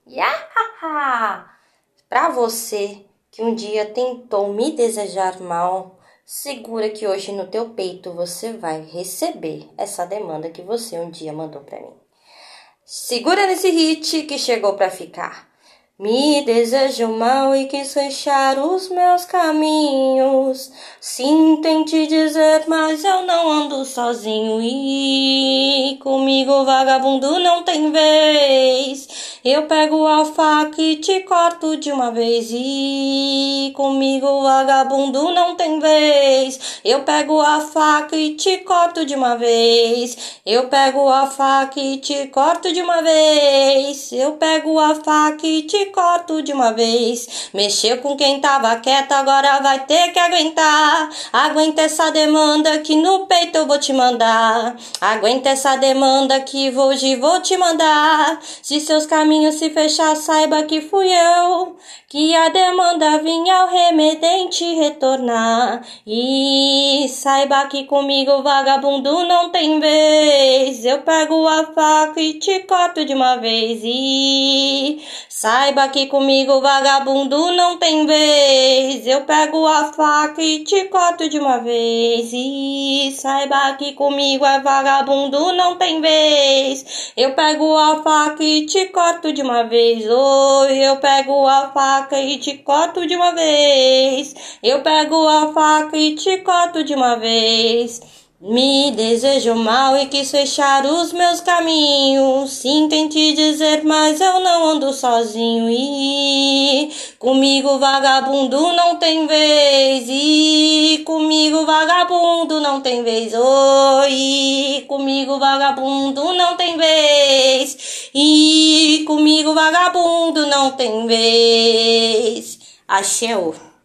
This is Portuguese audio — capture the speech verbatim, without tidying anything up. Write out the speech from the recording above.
Yahaha! Para você que um dia tentou me desejar mal, segura que hoje no teu peito você vai receber essa demanda que você um dia mandou para mim. Segura nesse hit que chegou para ficar. Me desejam mal e quis fechar os meus caminhos. Sinto em te dizer, mas eu não ando sozinho. E comigo vagabundo não tem vez. Eu pego a faca e te corto de uma vez. E comigo vagabundo não tem vez. Eu pego a faca e te corto de uma vez. Eu pego a faca e te corto de uma vez. Eu pego a faca e te corto de uma vez. Mexeu com quem tava quieto, agora vai ter que aguentar. Aguenta essa demanda que no peito eu vou te mandar. Aguenta essa demanda que hoje vou te mandar. Se seus caminhos se fechar, saiba que fui eu, que a demanda vinha ao remedente retornar. E saiba que comigo vagabundo não tem vez. Eu pego a faca e te corto de uma vez. E saiba que comigo vagabundo não tem vez. Eu pego a faca e te corto de uma vez. E saiba que comigo é vagabundo não tem vez. Eu pego a faca e te corto de uma vez. Oi, eu pego a faca e te corto de uma vez. Eu pego a faca e te corto de uma vez. Me desejo mal e quis fechar os meus caminhos. Sinto em te dizer, mas eu não ando sozinho. E comigo vagabundo não tem vez. E comigo vagabundo não tem vez. Oi, comigo vagabundo não tem vez. E comigo vagabundo não tem vez. Axé.